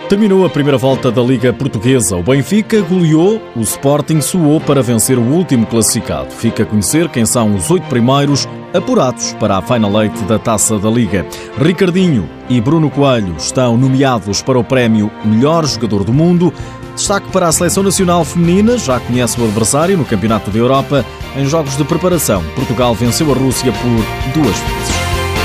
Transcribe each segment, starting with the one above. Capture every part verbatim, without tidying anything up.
Terminou a primeira volta da Liga Portuguesa. O Benfica goleou, o Sporting suou para vencer o último classificado. Fica a conhecer quem são os oito primeiros apurados para a Final Eight da Taça da Liga. Ricardinho e Bruno Coelho estão nomeados para o prémio Melhor Jogador do Mundo. Destaque para a Seleção Nacional Feminina, já conhece o adversário no Campeonato da Europa. Em jogos de preparação, Portugal venceu a Rússia por duas vezes.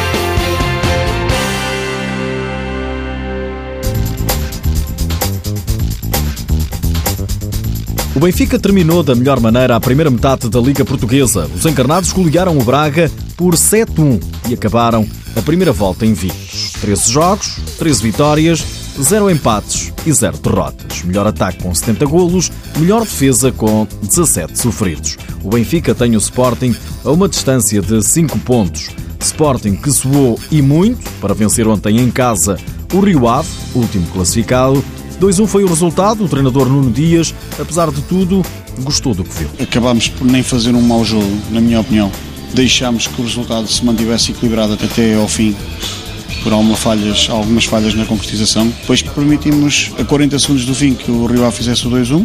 O Benfica terminou da melhor maneira a primeira metade da Liga Portuguesa. Os encarnados golearam o Braga por sete a um e acabaram a primeira volta invictos. treze jogos, treze vitórias, zero empates e zero derrotas. Melhor ataque com setenta golos, melhor defesa com dezassete sofridos. O Benfica tem o Sporting a uma distância de cinco pontos. Sporting que suou e muito para vencer ontem em casa o Rio Ave, último classificado. dois a um foi o resultado. O treinador Nuno Dias, apesar de tudo, gostou do que viu. Acabámos por nem fazer um mau jogo, na minha opinião. Deixámos que o resultado se mantivesse equilibrado até ao fim, por algumas falhas, algumas falhas na concretização. Depois permitimos, a quarenta segundos do fim, que o Rio Ave fizesse o dois a um.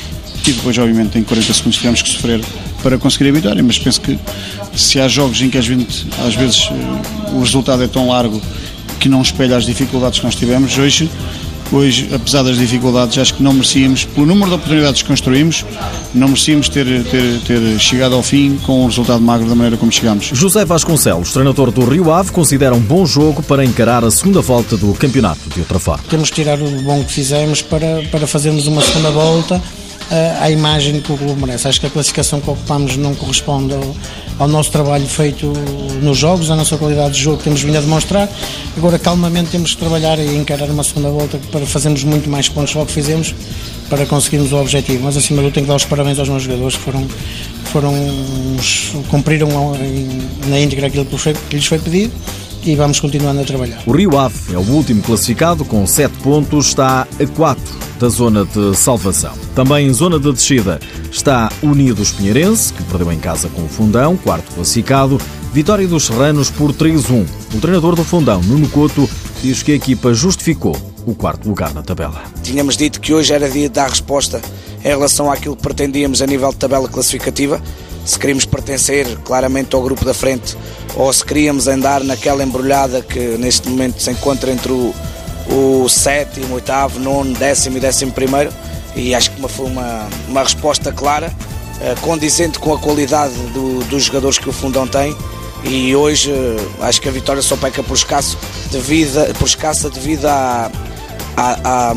E depois, obviamente, em quarenta segundos tivemos que sofrer para conseguir a vitória. Mas penso que se há jogos em que às vezes, às vezes o resultado é tão largo que não espelha as dificuldades que nós tivemos, hoje... Hoje, apesar das dificuldades, acho que não merecíamos, pelo número de oportunidades que construímos, não merecíamos ter, ter, ter chegado ao fim com um resultado magro da maneira como chegámos. José Vasconcelos, treinador do Rio Ave, considera um bom jogo para encarar a segunda volta do campeonato de outra forma. Temos que tirar o bom que fizemos para, para fazermos uma segunda volta uh, à imagem que o clube merece. Acho que a classificação que ocupamos não corresponde ao, ao nosso trabalho feito nos jogos, à nossa qualidade de jogo que temos vindo a demonstrar. Agora, calmamente, temos que trabalhar e encarar uma segunda volta para fazermos muito mais pontos do que fizemos para conseguirmos o objetivo. Mas, acima de tudo, tenho que dar os parabéns aos meus jogadores que foram, foram, cumpriram na íntegra aquilo que lhes foi pedido e vamos continuando a trabalhar. O Rio Ave é o último classificado com sete pontos, está a quatro da zona de salvação. Também em zona de descida está Unidos Pinheirense, que perdeu em casa com o Fundão, quarto classificado. Vitória dos Serranos por três a um. O treinador do Fundão, Nuno Couto, diz que a equipa justificou o quarto lugar na tabela. Tínhamos dito que hoje era dia de dar resposta em relação àquilo que pretendíamos a nível de tabela classificativa. Se queríamos pertencer claramente ao grupo da frente ou se queríamos andar naquela embrulhada que neste momento se encontra entre o, o sétimo, oitavo, nono, décimo e décimo primeiro. E acho que foi uma, uma resposta clara, condizente com a qualidade do, dos jogadores que o Fundão tem. E hoje acho que a vitória só peca por, escasso devido, por escassa devido à, à, à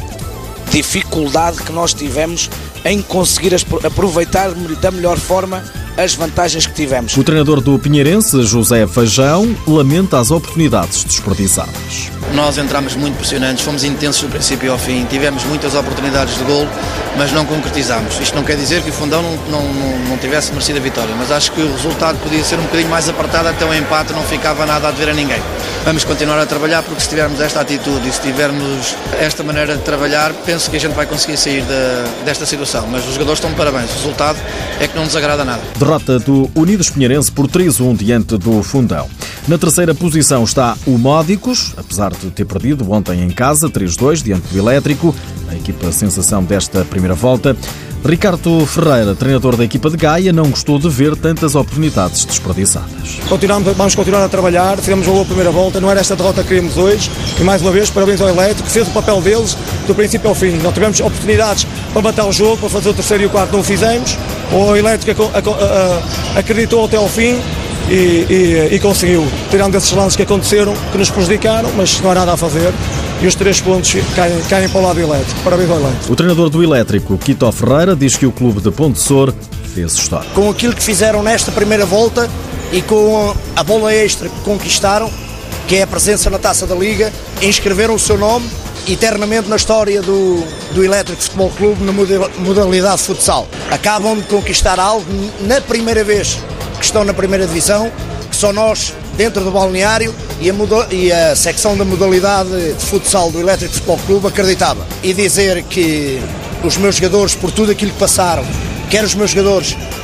dificuldade que nós tivemos em conseguir aproveitar da melhor forma as vantagens que tivemos. O treinador do Pinheirense, José Feijão, lamenta as oportunidades desperdiçadas. Nós entramos muito pressionantes, fomos intensos do princípio ao fim, tivemos muitas oportunidades de golo, mas não concretizámos. Isto não quer dizer que o Fundão não, não, não, não tivesse merecido a vitória, mas acho que o resultado podia ser um bocadinho mais apertado, até o empate não ficava nada a dever a ninguém. Vamos continuar a trabalhar, porque se tivermos esta atitude e se tivermos esta maneira de trabalhar, penso que a gente vai conseguir sair de, desta situação. Mas os jogadores estão de parabéns, o resultado é que não nos agrada nada. Derrota do Unidos Pinheirense por três a um diante do Fundão. Na terceira posição está o Módicos, apesar de ter perdido ontem em casa, três a dois, diante do Elétrico, a equipa sensação desta primeira volta. Ricardo Ferreira, treinador da equipa de Gaia, não gostou de ver tantas oportunidades desperdiçadas. Continuamos, vamos continuar a trabalhar, fizemos uma boa primeira volta, não era esta derrota que queríamos hoje, e mais uma vez, parabéns ao Elétrico, fez o papel deles do princípio ao fim. Não tivemos oportunidades para matar o jogo, para fazer o terceiro e o quarto, não o fizemos. O Elétrico acreditou até ao fim e, e, e conseguiu, tirando esses lances que aconteceram, que nos prejudicaram, mas não há nada a fazer. E os três pontos caem, caem para o lado elétrico. Parabéns ao Elétrico. O treinador do Elétrico, Quito Ferreira, diz que o clube de Ponte Sor fez história. Com aquilo que fizeram nesta primeira volta e com a bola extra que conquistaram, que é a presença na Taça da Liga, inscreveram o seu nome eternamente na história do, do Elétrico Futebol Clube na modalidade futsal. Acabam de conquistar algo na primeira vez que estão na primeira divisão, que só nós, dentro do balneário, e a, e a secção da modalidade de futsal do Elétrico Futebol Clube acreditava. E dizer que os meus jogadores, por tudo aquilo que passaram, quer os meus jogadores,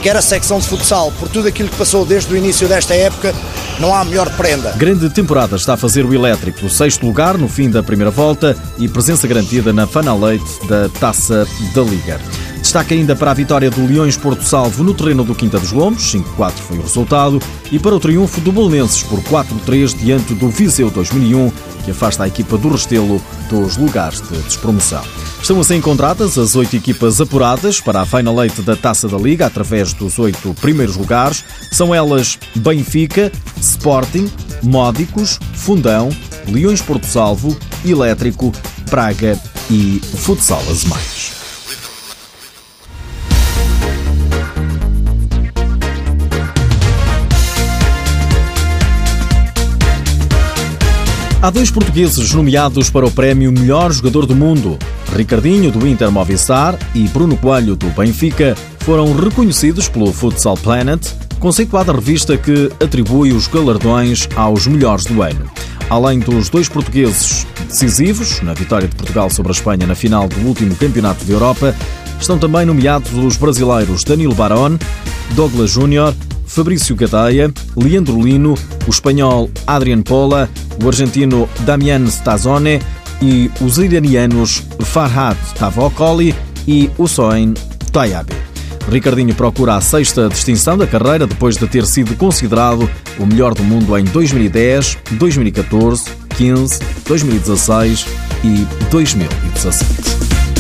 quer a secção de futsal, por tudo aquilo que passou desde o início desta época, não há melhor prenda. Grande temporada está a fazer o Elétrico, sexto lugar no fim da primeira volta e presença garantida na Final Eight da Taça da Liga. Destaque ainda para a vitória do Leões Porto Salvo no terreno do Quinta dos Lombos, cinco a quatro foi o resultado, e para o triunfo do Belenenses por quatro a três diante do Viseu dois mil e um, que afasta a equipa do Restelo dos lugares de despromoção. Estão assim encontradas as oito equipas apuradas para a Final Eight da Taça da Liga através dos oito primeiros lugares. São elas Benfica, Sporting, Módicos, Fundão, Leões Porto Salvo, Elétrico, Praga e Futsal Azemais. Há dois portugueses nomeados para o prémio Melhor Jogador do Mundo. Ricardinho, do Inter Movistar, e Bruno Coelho, do Benfica, foram reconhecidos pelo Futsal Planet, conceituada revista que atribui os galardões aos melhores do ano. Além dos dois portugueses decisivos, na vitória de Portugal sobre a Espanha na final do último Campeonato da Europa, estão também nomeados os brasileiros Danilo Barón, Douglas Júnior, Fabrício Gadeia, Leandro Lino, o espanhol Adrián Pola, o argentino Damián Stazzone e os iranianos Farhad Tavokoli e Hussein Tayabi. Ricardinho procura a sexta distinção da carreira depois de ter sido considerado o melhor do mundo em dois mil e dez, dois mil e catorze, quinze, dois mil e dezasseis e dois mil e dezassete.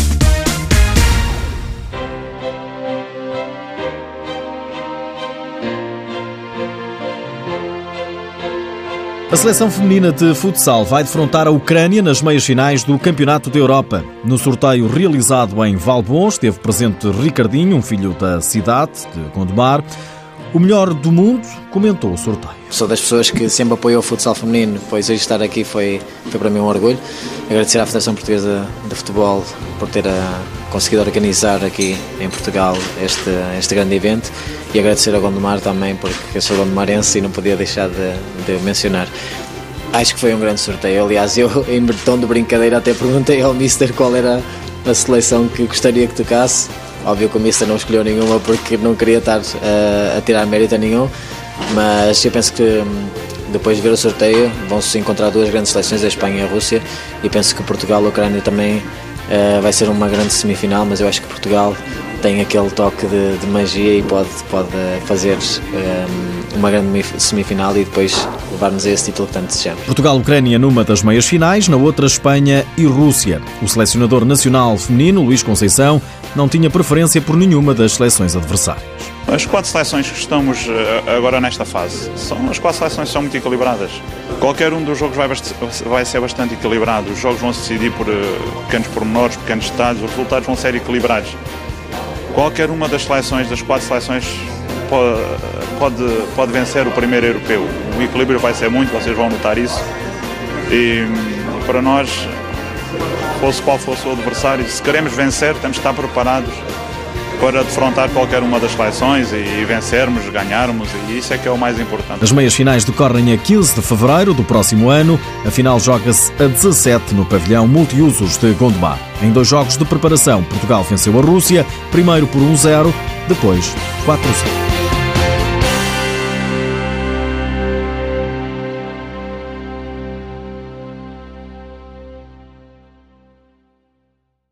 A seleção feminina de futsal vai defrontar a Ucrânia nas meias-finais do Campeonato da Europa. No sorteio realizado em Valbons, esteve presente Ricardinho, um filho da cidade de Gondomar. O melhor do mundo comentou o sorteio. Sou das pessoas que sempre apoiou o futsal feminino, pois hoje estar aqui foi, foi para mim um orgulho. Agradecer à Federação Portuguesa de Futebol por ter a, conseguido organizar aqui em Portugal este, este grande evento, e agradecer a Gondomar também, porque eu sou gondomarense e não podia deixar de, de mencionar. Acho que foi um grande sorteio. Aliás, eu em tom de brincadeira até perguntei ao mister qual era a seleção que gostaria que tocasse. Óbvio que o mister não escolheu nenhuma porque não queria estar uh, a tirar mérito a nenhum, mas eu penso que depois de ver o sorteio vão-se encontrar duas grandes seleções, a Espanha e a Rússia, e penso que Portugal e a Ucrânia também uh, vai ser uma grande semifinal, mas eu acho que Portugal tem aquele toque de, de magia e pode, pode fazer um, uma grande semifinal e depois levar-nos a esse título que tanto desejamos. Portugal-Ucrânia numa das meias finais, na outra Espanha e Rússia. O selecionador nacional feminino, Luís Conceição, não tinha preferência por nenhuma das seleções adversárias. As quatro seleções que estamos agora nesta fase, são, as quatro seleções são muito equilibradas. Qualquer um dos jogos vai, vai ser bastante equilibrado. Os jogos vão se decidir por pequenos pormenores, pequenos detalhes, os resultados vão ser equilibrados. Qualquer uma das seleções, das quatro seleções, pode, pode, pode vencer o primeiro europeu. O equilíbrio vai ser muito, vocês vão notar isso. E para nós, fosse qual fosse o adversário, se queremos vencer, temos de estar preparados para defrontar qualquer uma das seleções e vencermos, ganharmos, e isso é que é o mais importante. As meias finais decorrem a quinze de fevereiro do próximo ano. A final joga-se a dezassete no pavilhão multiusos de Gondomar. Em dois jogos de preparação, Portugal venceu a Rússia, primeiro por um a zero, depois quatro a zero.